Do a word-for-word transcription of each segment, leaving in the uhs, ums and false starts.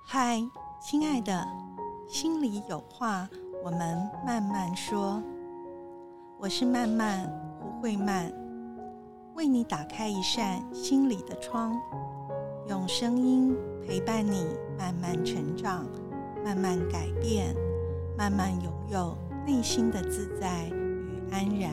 嗨，亲爱的，心里有话，我们慢慢说。我是曼曼胡慧曼，为你打开一扇心里的窗，用声音陪伴你慢慢成长，慢慢改变，慢慢拥有内心的自在与安然。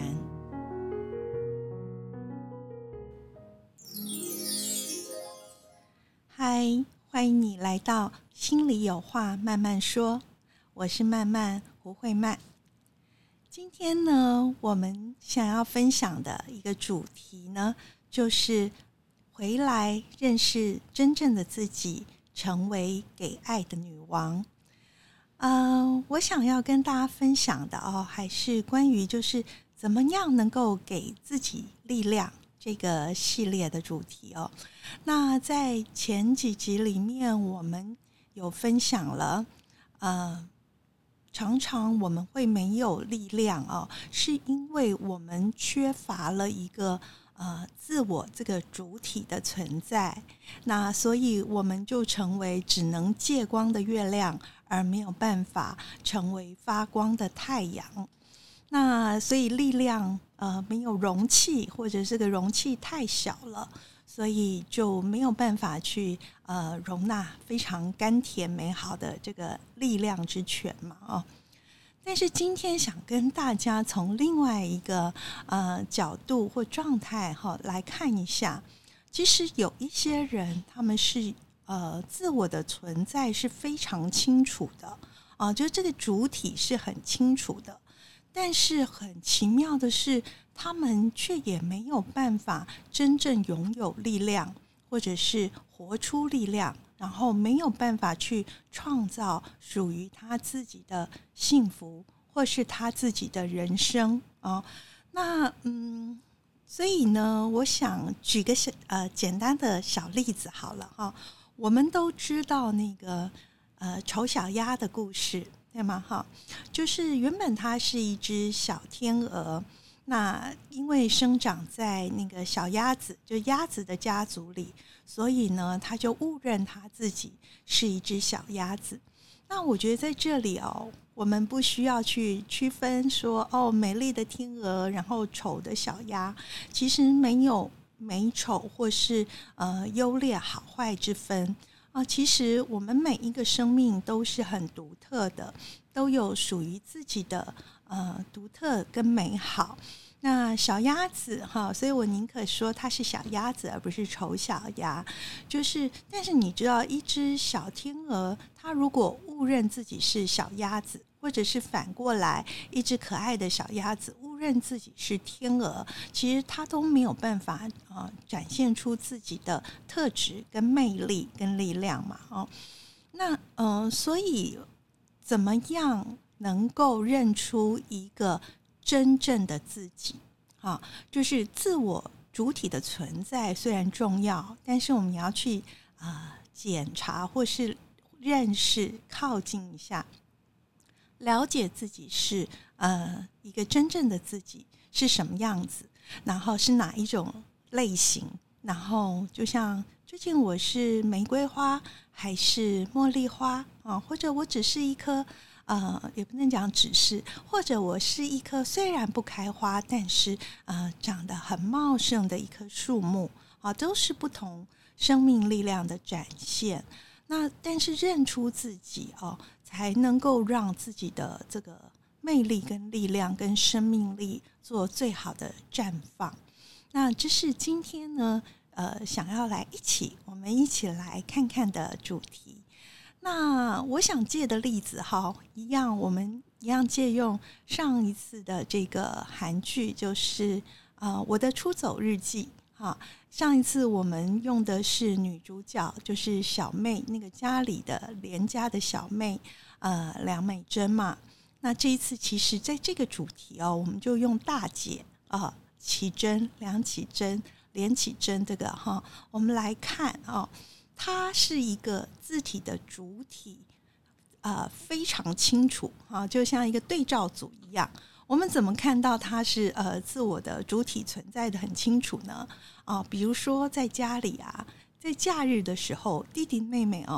嗨，欢迎你来到心里有话慢慢说，我是曼曼胡慧曼。今天呢，我们想要分享的一个主题呢，就是回来认识真正的自己，成为给爱的女王。呃，我想要跟大家分享的哦，还是关于就是怎么样能够给自己力量这个系列的主题哦。那在前几集里面，我们有分享了，呃，常常我们会没有力量哦，是因为我们缺乏了一个呃自我这个主体的存在，那所以我们就成为只能借光的月亮，而没有办法成为发光的太阳。那所以力量呃没有容器，或者这个容器太小了，所以就没有办法去呃容纳非常甘甜美好的这个力量之泉嘛哦。但是今天想跟大家从另外一个呃角度或状态哈、哦、来看一下，其实有一些人他们是呃自我的存在是非常清楚的啊、呃，就这个主体是很清楚的。但是很奇妙的是，他们却也没有办法真正拥有力量，或者是活出力量，然后没有办法去创造属于他自己的幸福，或是他自己的人生啊。那嗯，所以呢，我想举个小呃简单的小例子好了哈。我们都知道那个呃丑小鸭的故事。对吗？哈，就是原本它是一只小天鹅，那因为生长在那个小鸭子，就鸭子的家族里，所以呢，它就误认它自己是一只小鸭子。那我觉得在这里哦，我们不需要去区分说哦，美丽的天鹅，然后丑的小鸭，其实没有美丑或是呃优劣好坏之分。啊，其实我们每一个生命都是很独特的，都有属于自己的呃独特跟美好。那小鸭子哈，所以我宁可说它是小鸭子，而不是丑小鸭。就是，但是你知道，一只小天鹅，它如果误认自己是小鸭子，或者是反过来，一只可爱的小鸭子误认自己是天鹅，其实它都没有办法啊、呃、展现出自己的特质跟魅力跟力量嘛哦。那嗯、呃，所以怎么样能够认出一个真正的自己啊？就是自我主体的存在虽然重要，但是我们要去啊、呃、检查或是认识，靠近一下。了解自己是呃一个真正的自己是什么样子，然后是哪一种类型，然后就像究竟我是玫瑰花还是茉莉花啊，或者我只是一颗呃也不能讲只是，或者我是一棵虽然不开花，但是呃长得很茂盛的一棵树木啊，都是不同生命力量的展现。那但是认出自己哦，才能够让自己的这个魅力跟力量跟生命力做最好的绽放。那这是今天呢呃想要来一起我们一起来看看的主题。那我想借的例子哈，一样我们一样借用上一次的这个韩剧，就是呃我的出走日记哈。上一次我们用的是女主角，就是小妹，那个家里的连家的小妹，呃，梁美珍嘛。那这一次其实在这个主题哦，我们就用大姐啊，启珍、梁启珍、连启珍这个哈，我们来看哦，她是一个字体的主体，呃，非常清楚啊，就像一个对照组一样。我们怎么看到他是呃自我的主体存在的很清楚呢？啊、呃，比如说在家里啊，在假日的时候，弟弟妹妹哦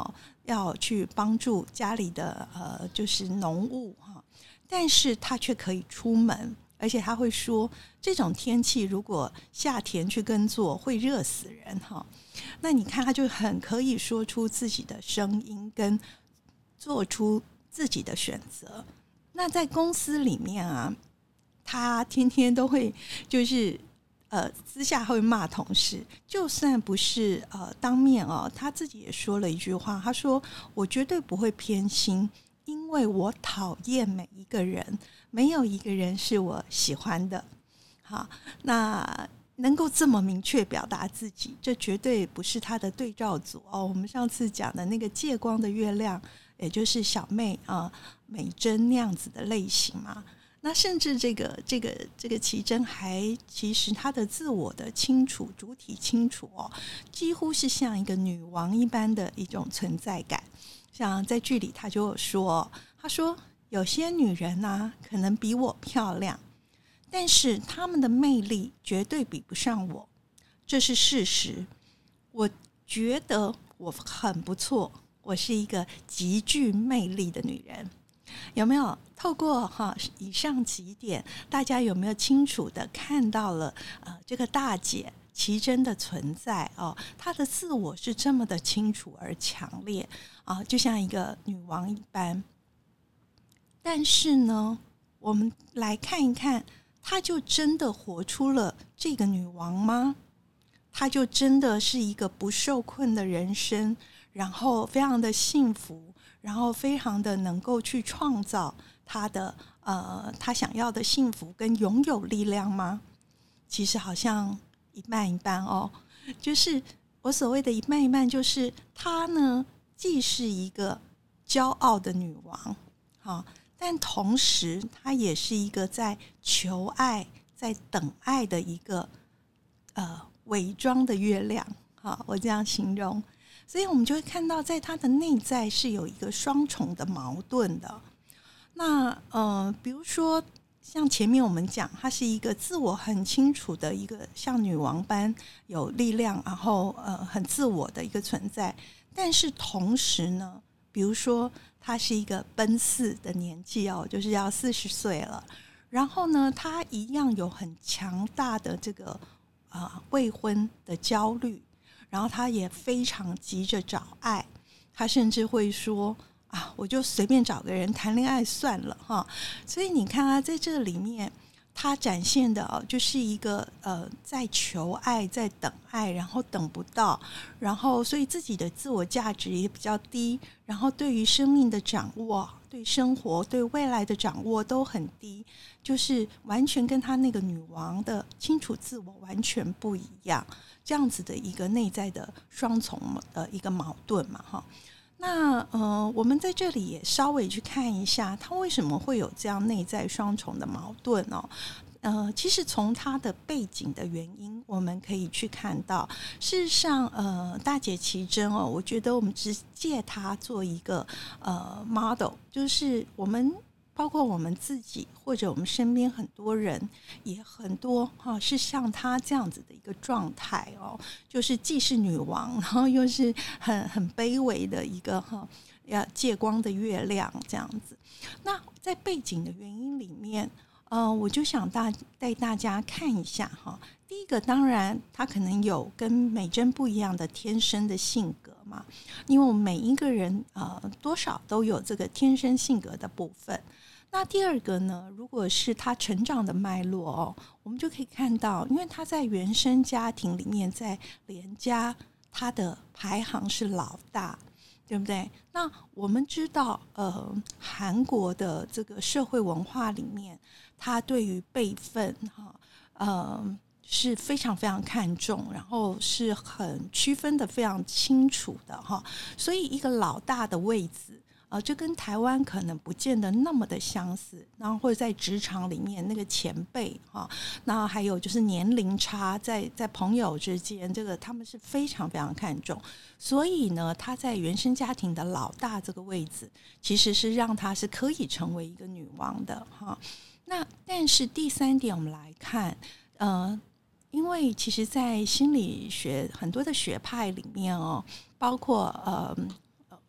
要去帮助家里的呃就是农务哈，但是他却可以出门，而且他会说这种天气如果下田去耕作会热死人哈。那你看他就很可以说出自己的声音跟做出自己的选择。那在公司里面啊，他天天都会就是呃私下会骂同事，就算不是呃当面哦，他自己也说了一句话，他说我绝对不会偏心，因为我讨厌每一个人，没有一个人是我喜欢的。好，那能够这么明确表达自己，这绝对不是他的对照组哦。我们上次讲的那个借光的月亮，也就是小妹啊、呃、美珍那样子的类型嘛。那甚至这个这个这个奇珍还其实她的自我的清楚，主体清楚哦，几乎是像一个女王一般的一种存在感。像在剧里她就有说，她说有些女人啊可能比我漂亮，但是她们的魅力绝对比不上我，这是事实。我觉得我很不错，我是一个极具魅力的女人。有没有透过哈以上几点，大家有没有清楚的看到了呃这个大姐奇珍的存在哦？她的自我是这么的清楚而强烈啊，就像一个女王一般。但是呢，我们来看一看，她就真的活出了这个女王吗？她就真的是一个不受困的人生，然后非常的幸福，然后非常的能够去创造他的呃他想要的幸福跟拥有力量吗？其实好像一半一半哦。就是我所谓的一半一半，就是她呢既是一个骄傲的女王，好，但同时她也是一个在求爱、在等爱的一个呃伪装的月亮。好，我这样形容。所以我们就会看到在他的内在是有一个双重的矛盾的。那呃，比如说像前面我们讲，他是一个自我很清楚的一个像女王般有力量，然后呃很自我的一个存在。但是同时呢，比如说他是一个奔四的年纪哦，就是要四十岁了，然后呢，他一样有很强大的这个啊、呃、未婚的焦虑。然后他也非常急着找爱，他甚至会说啊，我就随便找个人谈恋爱算了哈。所以你看啊，在这里面他展现的哦，就是一个呃，在求爱，在等爱，然后等不到，然后所以自己的自我价值也比较低，然后对于生命的掌握、对生活、对未来的掌握都很低，就是完全跟他那个女王的清楚自我完全不一样。这样子的一个内在的双重的一个矛盾嘛，哈。那呃，我们在这里也稍微去看一下，他为什么会有这样内在双重的矛盾哦？呃，其实从他的背景的原因，我们可以去看到，事实上，呃，大姐奇珍哦，我觉得我们只借她做一个呃 model，就是我们。包括我们自己或者我们身边很多人也很多哈，是像她这样子的一个状态哦，就是既是女王，然后又是很很卑微的一个哈，要借光的月亮这样子。那在背景的原因里面，呃，我就想大带大家看一下哈。第一个，当然她可能有跟美珍不一样的天生的性格嘛，因为我们每一个人呃多少都有这个天生性格的部分。那第二个呢，如果是他成长的脉络哦，我们就可以看到，因为他在原生家庭里面，在连家，他的排行是老大，对不对？那我们知道，呃，韩国的这个社会文化里面，他对于辈分哈，呃，是非常非常看重，然后是很区分的非常清楚的哈。所以，一个老大的位置。呃，这跟台湾可能不见得那么的相似，然后或者在职场里面那个前辈哈，那还有就是年龄差，在在朋友之间，这个他们是非常非常看重，所以呢，他在原生家庭的老大这个位置，其实是让他是可以成为一个女王的哈。那但是第三点，我们来看，呃，因为其实，在心理学很多的学派里面哦，包括呃。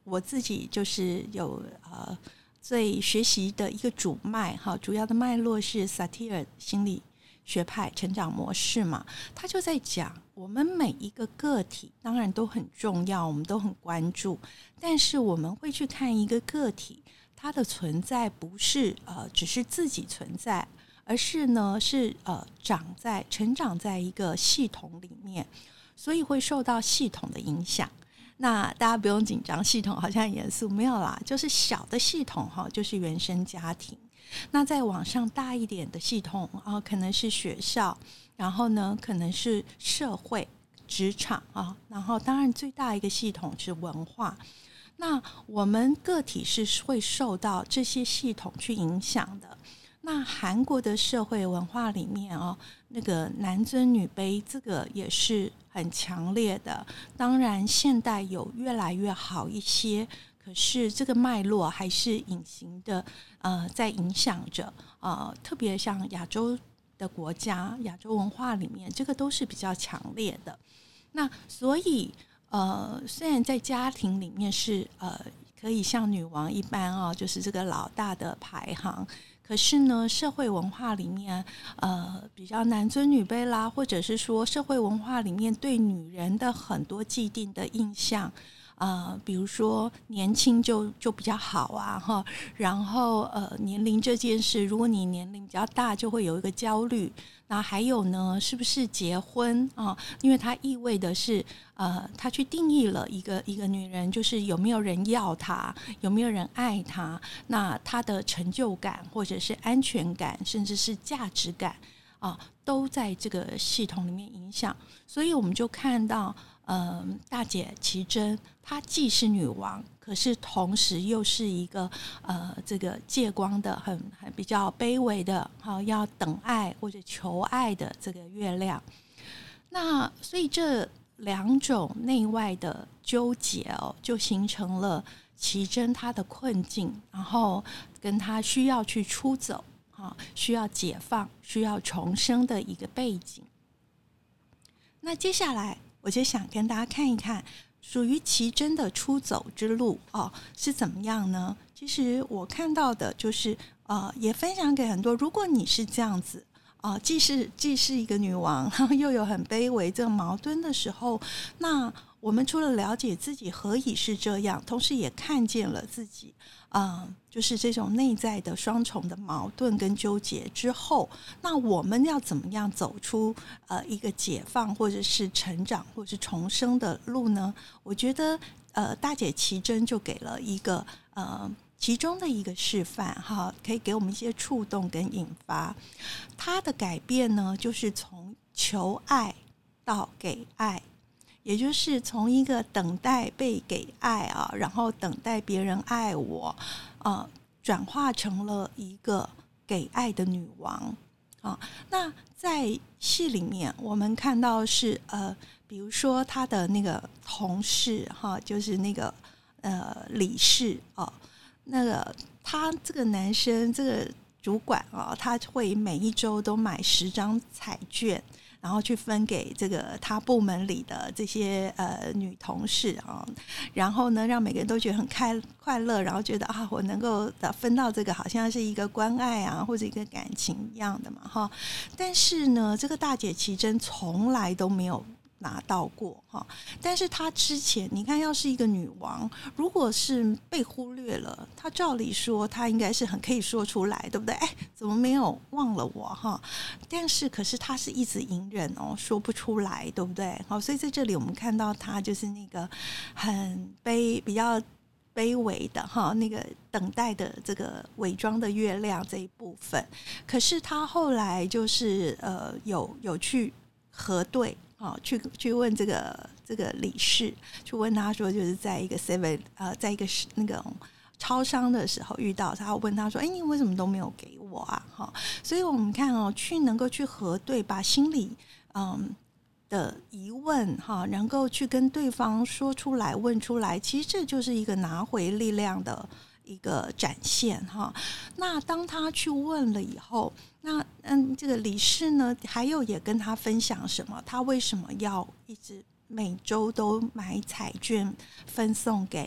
我自己就是有呃最学习的一个主脉哈，主要的脉络是萨提尔心理学派成长模式嘛，他就在讲我们每一个个体当然都很重要，我们都很关注，但是我们会去看一个个体，它的存在不是呃只是自己存在，而是呢是呃长在成长在一个系统里面，所以会受到系统的影响。那大家不用紧张，系统好像很严肃，没有啦，就是小的系统哈，就是原生家庭。那再往上大一点的系统啊，可能是学校，然后呢可能是社会、职场啊，然后当然最大一个系统是文化。那我们个体是会受到这些系统去影响的。那韩国的社会文化里面哦，那个男尊女卑这个也是很强烈的。当然现代有越来越好一些，可是这个脉络还是隐形的，呃，在影响着。呃，特别像亚洲的国家，亚洲文化里面，这个都是比较强烈的。那所以呃，虽然在家庭里面是呃可以像女王一般哦，就是这个老大的排行。可是呢，社会文化里面，呃，比较男尊女卑啦，或者是说社会文化里面对女人的很多既定的印象，呃，比如说年轻就就比较好啊，哈，然后呃，年龄这件事，如果你年龄比较大，就会有一个焦虑。那还有呢，是不是结婚啊？因为它意味的是，呃，他去定义了一个一个女人，就是有没有人要她，有没有人爱她，那她的成就感或者是安全感，甚至是价值感啊，都在这个系统里面影响。所以我们就看到，呃，大姐齐珍，她既是女王，可是同时又是一个呃，这个借光的很很比较卑微的，好、啊、要等爱或者求爱的这个月亮。那所以这两种内外的纠结哦，就形成了齐珍她的困境，然后跟她需要去出走啊，需要解放，需要重生的一个背景。那接下来我就想跟大家看一看属于齐珍的出走之路哦是怎么样呢？其实我看到的就是呃，也分享给很多，如果你是这样子啊、呃，既是既是一个女王，又有很卑微这个矛盾的时候，那我们除了了解自己何以是这样，同时也看见了自己嗯，就是这种内在的双重的矛盾跟纠结之后，那我们要怎么样走出呃一个解放或者是成长或者是重生的路呢？我觉得呃大姐齐珍就给了一个呃其中的一个示范哈，可以给我们一些触动跟引发。她的改变呢，就是从求爱到给爱。也就是从一个等待被给爱啊，然后等待别人爱我，呃，转化成了一个给爱的女王啊。那在戏里面，我们看到是呃，比如说他的那个同事哈，就是那个呃理事哦，那个他这个男生这个主管啊，他会每一周都买十张彩券。然后去分给这个他部门里的这些呃女同事啊，然后呢，让每个人都觉得很开快乐，然后觉得啊，我能够分到这个好像是一个关爱啊，或者一个感情一样的嘛哈。但是呢，这个大姐齐珍从来都没有拿到过哈，但是她之前你看，要是一个女王，如果是被忽略了，她照理说她应该是很可以说出来，对不对？哎，怎么没有忘了我哈？但是可是她是一直隐忍哦，说不出来，对不对？好，所以在这里我们看到她就是那个很卑比较卑微的哈，那个等待的这个伪装的月亮这一部分。可是她后来就是呃有有去核对。哦、去去问这个这个理事，去问他说，就是在一个 seven 呃，在一个那个超商的时候遇到他，问他说：“哎，你为什么都没有给我啊？”哈、哦，所以我们看哦，去能够去核对，把心里嗯的疑问哈、哦，能够去跟对方说出来、问出来，其实这就是一个拿回力量的一个展现哈。那当他去问了以后，那嗯，这个理事呢，还有也跟他分享什么？他为什么要一直每周都买彩券分送给同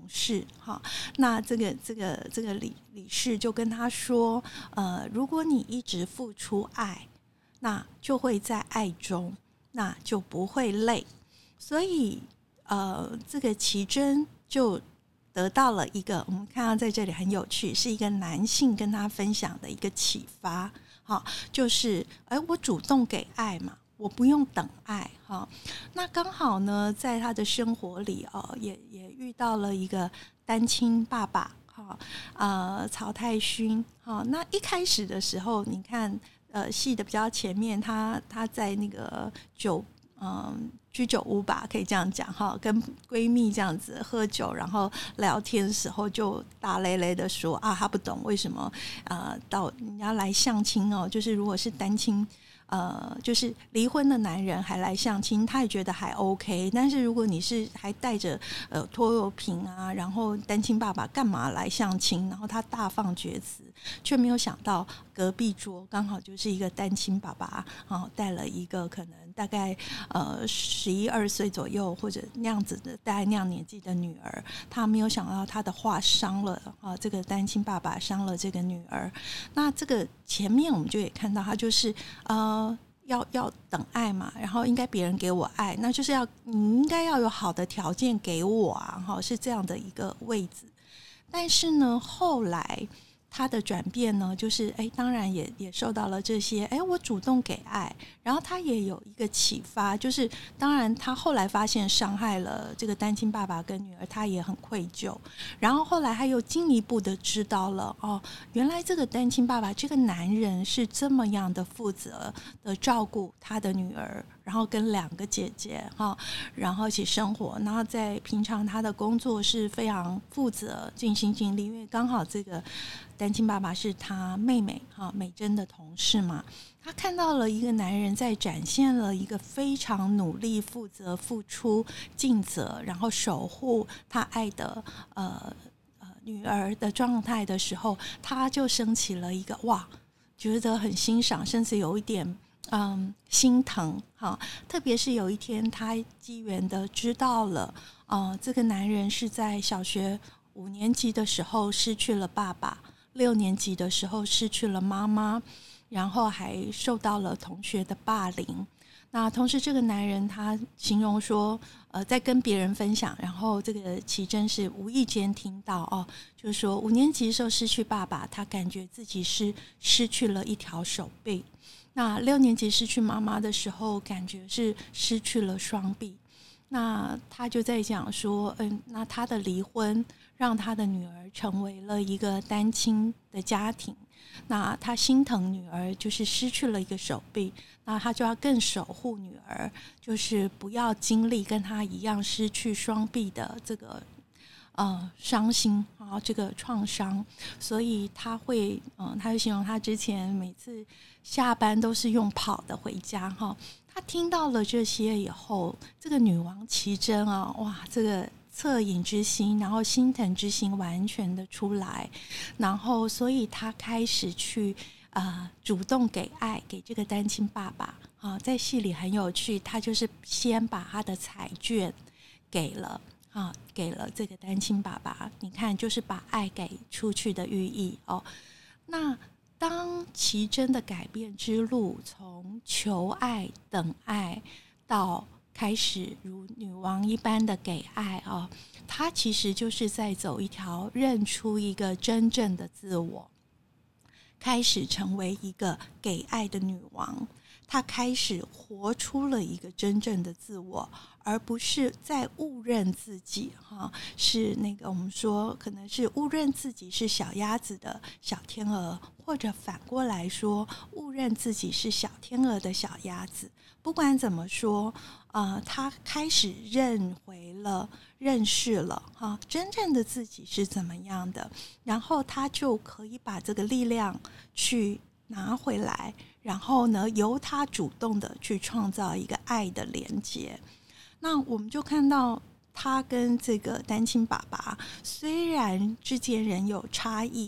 事哈。那这个这个这个理理事就跟他说，呃，如果你一直付出爱，那就会在爱中，那就不会累。所以呃，这个奇珍就得到了一个，我们看到在这里很有趣，是一个男性跟他分享的一个启发，好，就是哎，我主动给爱嘛，我不用等爱哈。那刚好呢，在他的生活里哦，也也遇到了一个单亲爸爸哈，呃，曹太勋哈。那一开始的时候，你看呃，戏的比较前面，他他在那个酒嗯。居酒屋吧，可以这样讲哈，跟闺蜜这样子喝酒，然后聊天的时候就大咧咧的说啊，他不懂为什么呃到人家来相亲哦，就是如果是单亲呃就是离婚的男人还来相亲，他也觉得还 OK， 但是如果你是还带着呃拖油瓶啊，然后单亲爸爸干嘛来相亲，然后他大放厥词，却没有想到隔壁桌刚好就是一个单亲爸爸啊，带了一个可能大概呃十一二岁左右或者那样子的大概那样年纪的女儿，他没有想到他的话伤了啊，这个单亲爸爸伤了这个女儿。那这个前面我们就也看到，他就是呃要要等爱嘛，然后应该别人给我爱，那就是要你应该要有好的条件给我啊，哈，是这样的一个位置。但是呢，后来他的转变呢，就是哎，当然也也受到了这些，哎，我主动给爱，然后他也有一个启发，就是当然他后来发现伤害了这个单亲爸爸跟女儿，他也很愧疚，然后后来他又进一步的知道了，哦，原来这个单亲爸爸这个男人是这么样的负责的照顾他的女儿，然后跟两个姐姐哈，然后一起生活，然后在平常他的工作是非常负责尽心尽力，因为刚好这个单亲爸爸是他妹妹哈美珍的同事嘛，他看到了一个男人在展现了一个非常努力、负责、付出、尽责，然后守护他爱的呃呃女儿的状态的时候，他就升起了一个哇，觉得很欣赏，甚至有一点嗯心疼哈。特别是有一天，他机缘的知道了，呃，这个男人是在小学五年级的时候失去了爸爸。六年级的时候失去了妈妈，然后还受到了同学的霸凌。那同时这个男人他形容说呃，在跟别人分享，然后这个奇珍是无意间听到哦，就是说五年级的时候失去爸爸，他感觉自己是失去了一条手臂。那六年级失去妈妈的时候，感觉是失去了双臂。那他就在讲说，嗯，那他的离婚让他的女儿成为了一个单亲的家庭，那他心疼女儿就是失去了一个手臂，那他就要更守护女儿，就是不要经历跟他一样失去双臂的这个呃伤心啊，这个创伤。所以他会嗯，他就形容他之前每次下班都是用跑的回家哈。他听到了这些以后，这个女王奇珍啊，哇，这个恻隐之心，然后心疼之心完全的出来，然后所以他开始去呃主动给爱给这个单亲爸爸啊，在戏里很有趣，他就是先把他的彩券给了啊，给了这个单亲爸爸，你看就是把爱给出去的寓意哦。那当奇珍的改变之路从求爱等爱到开始如女王一般的给爱啊，她其实就是在走一条认出一个真正的自我，开始成为一个给爱的女王。她开始活出了一个真正的自我，而不是在误认自己哈，是那个我们说可能是误认自己是小鸭子的小天鹅，或者反过来说误认自己是小天鹅的小鸭子。不管怎么说呃，他开始认回了认识了哈，真正的自己是怎么样的，然后他就可以把这个力量去拿回来，然后呢由他主动的去创造一个爱的连接。那我们就看到他跟这个单亲爸爸虽然之间仍有差异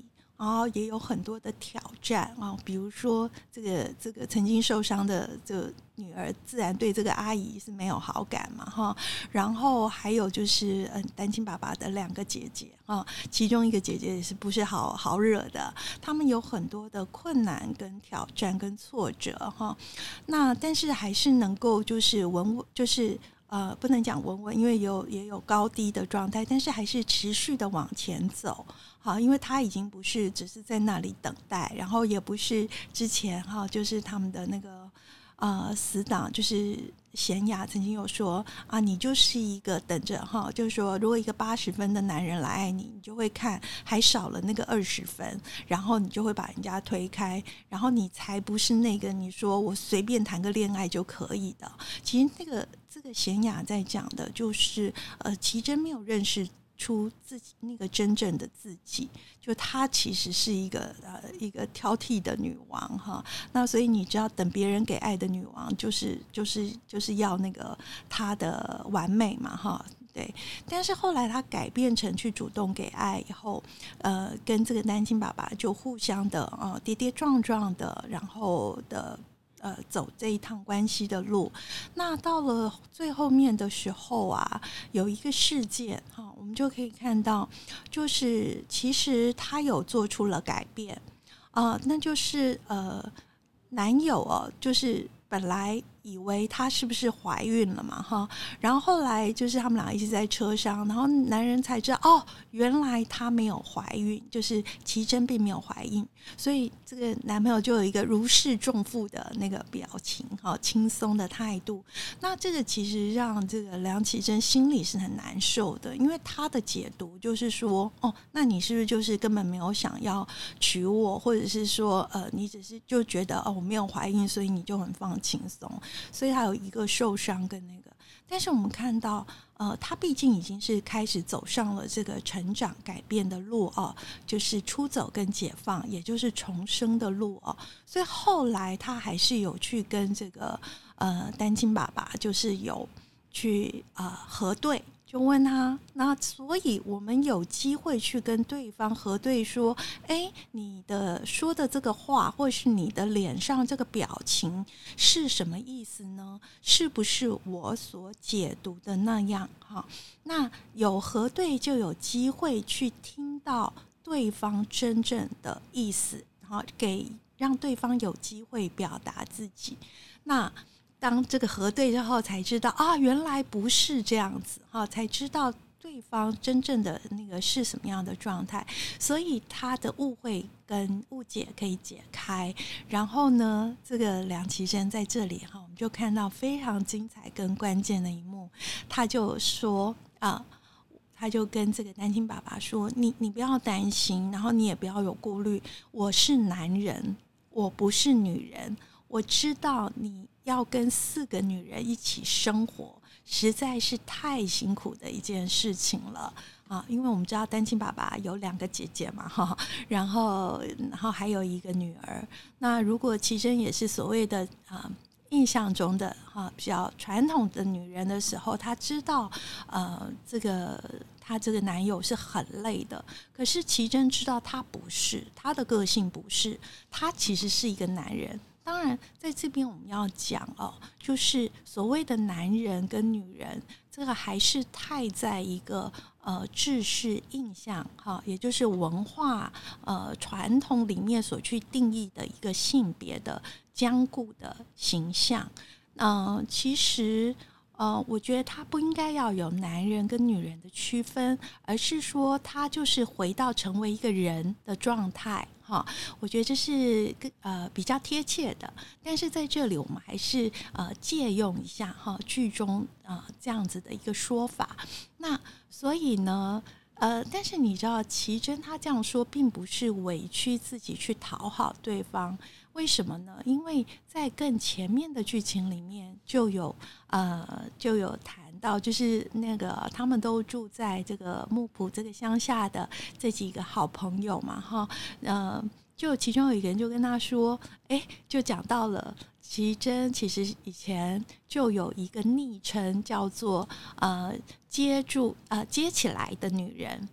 然后也有很多的挑战啊，比如说这个这个曾经受伤的这个女儿，自然对这个阿姨是没有好感嘛哈。然后还有就是嗯，单亲爸爸的两个姐姐啊，其中一个姐姐也是不是好好惹的，他们有很多的困难跟挑战跟挫折哈。那但是还是能够就是稳稳就是。呃，不能讲稳稳，因为有也有高低的状态，但是还是持续的往前走。好，因为他已经不是只是在那里等待，然后也不是之前哈，就是他们的那个呃死党，就是贤雅曾经有说啊，你就是一个等着哈，就是说如果一个八十分的男人来爱你，你就会看还少了那个二十分，然后你就会把人家推开，然后你才不是那个你说我随便谈个恋爱就可以的。其实那个这个贤雅在讲的就是呃，奇珍没有认识出自己那个真正的自己，就她其实是一个呃一个挑剔的女王哈。那所以你知道，等别人给爱的女王，就是就是就是要那个她的完美嘛哈。对，但是后来她改变成去主动给爱以后，呃，跟这个单亲爸爸就互相的呃跌跌撞撞的，然后的。呃，走这一趟关系的路，那到了最后面的时候啊，有一个事件哈，我们就可以看到，就是其实他有做出了改变啊、呃，那就是呃，男友哦，就是本来以为她是不是怀孕了嘛哈，然后后来就是他们俩一起在车上，然后男人才知道哦，原来她没有怀孕，就是奇珍并没有怀孕，所以这个男朋友就有一个如释重负的那个表情哈，轻松的态度。那这个其实让这个梁启珍心里是很难受的，因为他的解读就是说，哦，那你是不是就是根本没有想要娶我，或者是说，呃，你只是就觉得哦我没有怀孕，所以你就很放轻松，所以他有一个受伤跟那个。但是我们看到，呃，他毕竟已经是开始走上了这个成长改变的路哦，就是出走跟解放，也就是重生的路哦。所以后来他还是有去跟这个呃单亲爸爸，就是有去呃核对。就问他，那所以我们有机会去跟对方核对说，哎，你的说的这个话，或是你的脸上这个表情是什么意思呢？是不是我所解读的那样？哈，那有核对就有机会去听到对方真正的意思，好，给让对方有机会表达自己。那当这个核对之后才知道啊，原来不是这样子哈，才知道对方真正的那个是什么样的状态，所以他的误会跟误解可以解开。然后呢，这个梁启珍在这里哈，我们就看到非常精彩跟关键的一幕，他就说啊。他就跟这个单亲爸爸说：“你你不要担心，然后你也不要有顾虑。我是男人，我不是女人。我知道你要跟四个女人一起生活，实在是太辛苦的一件事情了啊！因为我们知道单亲爸爸有两个姐姐嘛，哈，然后然后还有一个女儿。那如果奇珍也是所谓的啊。”印象中的哈比较传统的女人的时候，她知道呃这个她这个男友是很累的，可是奇珍知道他不是，他的个性不是，他其实是一个男人。当然在这边我们要讲哦，就是所谓的男人跟女人，这个还是太在一个呃制式印象哈，也就是文化呃传统里面所去定义的一个性别的僵固的形象。嗯、呃，其实呃，我觉得他不应该要有男人跟女人的区分，而是说他就是回到成为一个人的状态哈。我觉得这是呃比较贴切的。但是在这里我们还是呃借用一下哈剧中呃这样子的一个说法。那所以呢呃，但是你知道奇珍她这样说并不是委屈自己去讨好对方，为什么呢？因为在更前面的剧情里面就有呃就有谈到，就是那个他们都住在这个木浦这个乡下的这几个好朋友嘛哈，呃，就其中有一个人就跟他说，哎，就讲到了奇珍其实以前就有一个昵称叫做呃接住呃接起来的女人。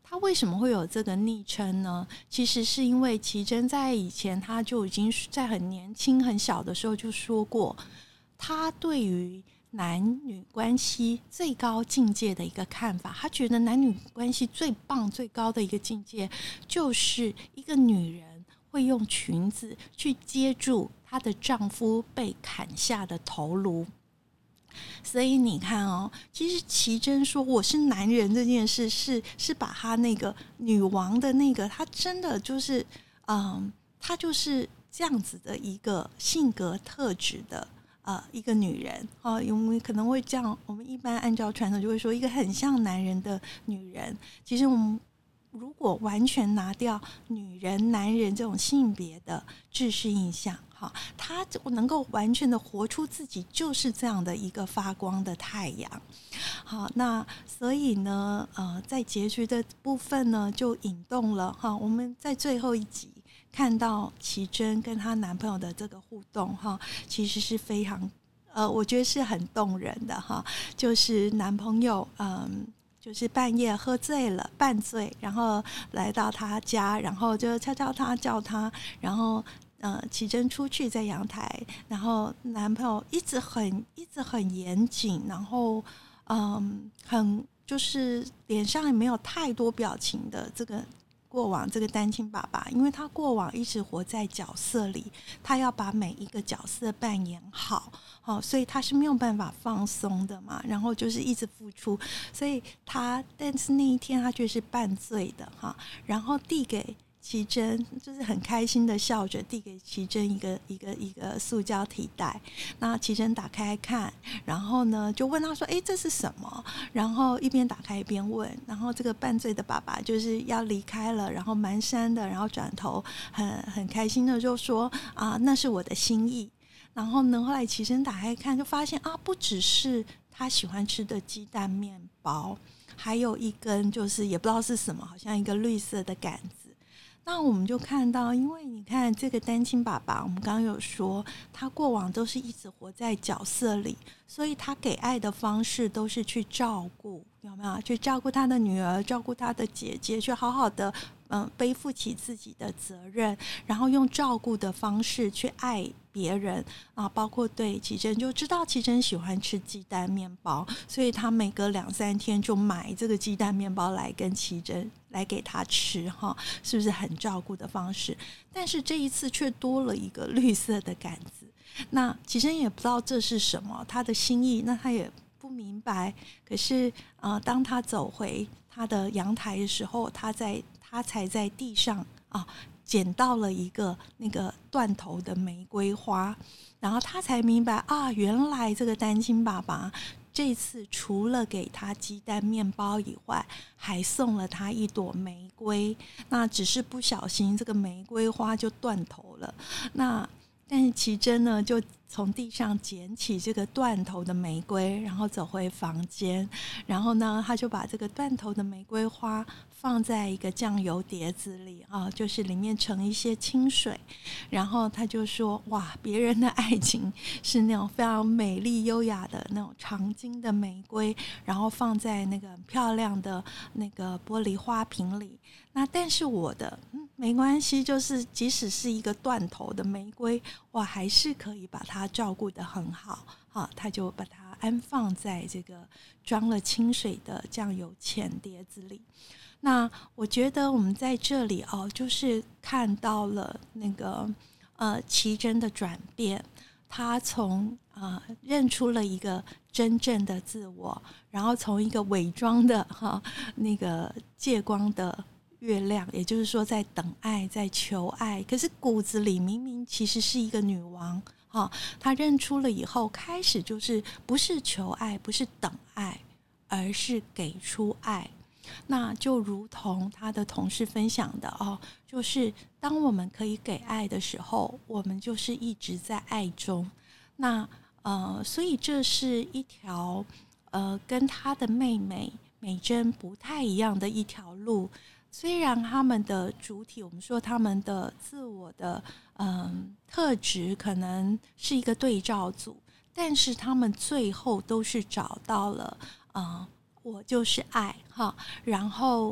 他为什么会有这个昵称呢？其实是因为奇珍在以前他就已经在很年轻很小的时候就说过，他对于男女关系最高境界的一个看法，他觉得男女关系最棒最高的一个境界就是一个女人会用裙子去接住她的丈夫被砍下的头颅。所以你看哦，其实奇珍说我是男人这件事是是把她那个女王的那个，她真的就是嗯，她就是这样子的一个性格特质的呃，一个女人啊，我们可能会这样，我们一般按照传统就会说一个很像男人的女人。其实我们如果完全拿掉女人、男人这种性别的制式印象，哈，她能够完全的活出自己，就是这样的一个发光的太阳。好，那所以呢，呃，在结局的部分呢，就引动了哈，我们在最后一集看到奇珍跟她男朋友的这个互动哈，其实是非常呃，我觉得是很动人的哈。就是男朋友嗯，就是半夜喝醉了，半醉，然后来到她家，然后就敲敲她叫她，然后呃，奇珍出去在阳台，然后男朋友一直很一直很严谨，然后嗯，很就是脸上也没有太多表情的这个。过往这个单亲爸爸，因为他过往一直活在角色里，他要把每一个角色扮演好，哦，所以他是没有办法放松的嘛，然后就是一直付出，所以他但是那一天他却是半醉的哈，然后递给奇珍，就是很开心的笑着递给奇珍一个一个一个塑胶提袋。那奇珍打开看，然后呢就问他说：“哎，这是什么？”然后一边打开一边问，然后这个半醉的爸爸就是要离开了，然后蹒跚的，然后转头很很开心的就说：“啊，那是我的心意。”然后呢，后来奇珍打开看，就发现啊，不只是他喜欢吃的鸡蛋面包，还有一根就是也不知道是什么，好像一个绿色的杆子。那我们就看到，因为你看这个单亲爸爸，我们刚刚有说他过往都是一直活在角色里，所以他给爱的方式都是去照顾，有没有？去照顾他的女儿，照顾他的姐姐，去好好的嗯、呃、背负起自己的责任，然后用照顾的方式去爱别人啊，包括对奇珍，就知道奇珍喜欢吃鸡蛋面包，所以他每隔两三天就买这个鸡蛋面包来跟奇珍来给他吃哈，是不是很照顾的方式？但是这一次却多了一个绿色的杆子，那奇珍也不知道这是什么，他的心意，那他也不明白。可是呃，当他走回他的阳台的时候，他在他才在地上啊捡到了一个那个断头的玫瑰花，然后他才明白啊，原来这个单亲爸爸这次除了给他鸡蛋面包以外，还送了他一朵玫瑰。那只是不小心这个玫瑰花就断头了。那但是奇珍呢，就从地上捡起这个断头的玫瑰，然后走回房间，然后呢，他就把这个断头的玫瑰花放在一个酱油碟子里啊，就是里面盛一些清水，然后他就说：“哇，别人的爱情是那种非常美丽优雅的那种长茎的玫瑰，然后放在那个很漂亮的那个玻璃花瓶里。那但是我的，嗯，没关系，就是即使是一个断头的玫瑰，我还是可以把它照顾得很好。”啊，他就把它安放在这个装了清水的酱油浅碟子里。那我觉得我们在这里哦，就是看到了那个呃奇珍的转变，他从呃认出了一个真正的自我，然后从一个伪装的哈那个借光的月亮，也就是说在等爱，在求爱，可是骨子里明明其实是一个女王。哈，她认出了以后，开始就是不是求爱，不是等爱，而是给出爱。那就如同他的同事分享的哦，就是当我们可以给爱的时候，我们就是一直在爱中。那呃，所以这是一条呃跟他的妹妹美珍不太一样的一条路。虽然他们的主体，我们说他们的自我的嗯特质可能是一个对照组，但是他们最后都是找到了嗯。我就是爱哈，然后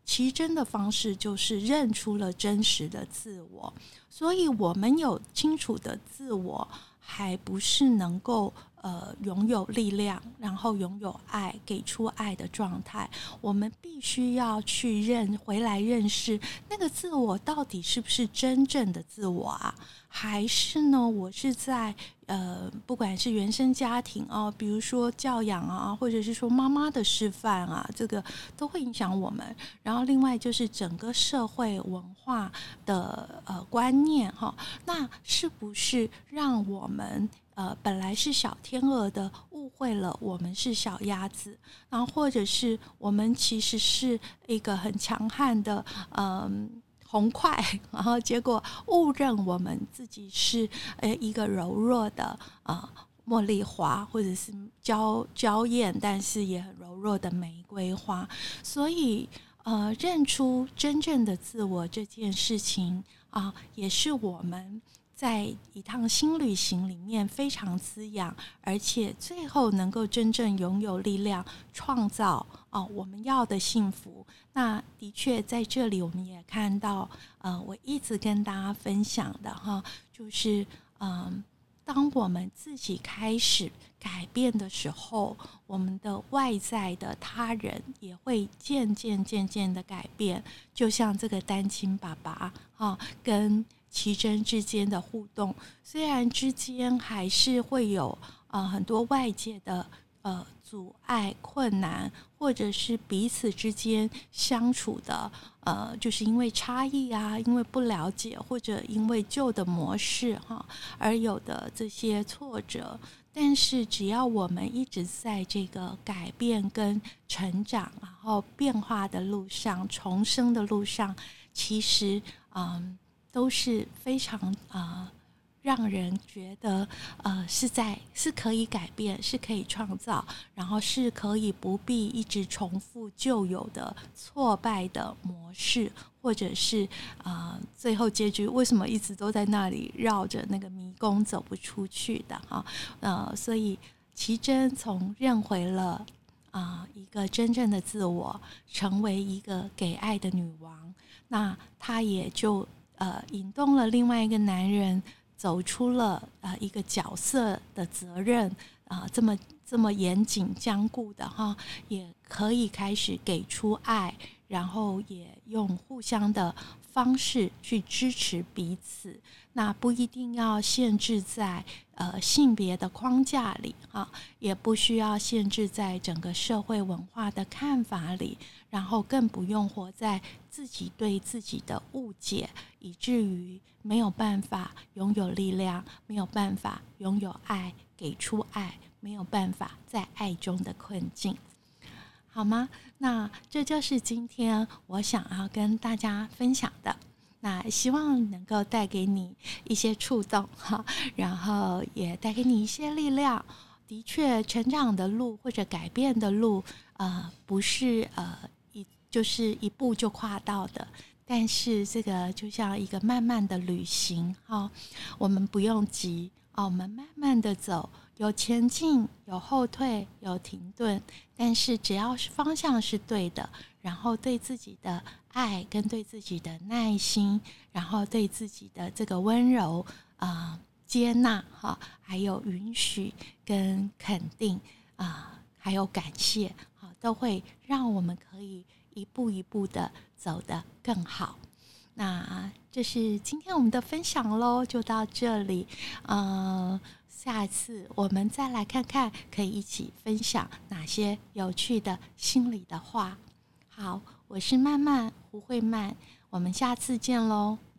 奇珍的方式就是认出了真实的自我，所以我们有清楚的自我，还不是能够呃拥有力量，然后拥有爱，给出爱的状态。我们必须要去认回来认识那个自我到底是不是真正的自我啊？还是呢，我是在呃，不管是原生家庭啊，比如说教养啊，或者是说妈妈的示范啊，这个都会影响我们。然后另外就是整个社会文化的呃观念哈，那是不是让我们呃本来是小天鹅的误会了我们是小鸭子，然后或者是我们其实是一个很强悍的嗯。呃红块，然后结果误认我们自己是呃一个柔弱的呃茉莉花，或者是娇娇艳但是也很柔弱的玫瑰花。所以呃认出真正的自我这件事情啊、呃，也是我们在一趟新旅行里面非常滋养，而且最后能够真正拥有力量创造哦我们要的幸福。那的确在这里我们也看到呃，我一直跟大家分享的哈，就是嗯、呃，当我们自己开始改变的时候，我们的外在的他人也会渐渐渐渐的改变。就像这个单亲爸爸啊，跟奇珍之间的互动，虽然之间还是会有呃很多外界的呃阻碍困难，或者是彼此之间相处的呃就是因为差异啊，因为不了解，或者因为旧的模式哈而有的这些挫折。但是只要我们一直在这个改变跟成长然后变化的路上，重生的路上，其实嗯都是非常呃让人觉得呃是在是可以改变，是可以创造，然后是可以不必一直重复旧有的挫败的模式，或者是呃最后结局为什么一直都在那里绕着那个迷宫走不出去的哈呃所以奇珍从认回了啊、呃，一个真正的自我，成为一个给爱的女王，那她也就呃引动了另外一个男人，走出了呃一个角色的责任啊、呃，这么这么严谨僵固的哈，也可以开始给出爱，然后也用互相的方式去支持彼此。那不一定要限制在呃性别的框架里哈，也不需要限制在整个社会文化的看法里，然后更不用活在自己对自己的误解，以至于没有办法拥有力量，没有办法拥有爱，给出爱，没有办法在爱中的困境，好吗？那这就是今天我想要跟大家分享的。那希望能够带给你一些触动哈，然后也带给你一些力量。的确，成长的路或者改变的路，呃，不是呃一就是一步就跨到的。但是这个就像一个慢慢的旅行哈，我们不用急啊，我们慢慢的走，有前进，有后退，有停顿，但是只要是方向是对的，然后对自己的爱跟对自己的耐心，然后对自己的这个温柔啊、呃、接纳哈，还有允许跟肯定啊、呃，还有感谢啊，都会让我们可以一步一步的走得更好。那这是今天我们的分享咯，就到这里。呃，下次我们再来看看可以一起分享哪些有趣的心里的话。好，我是曼曼胡慧曼，我们下次见咯。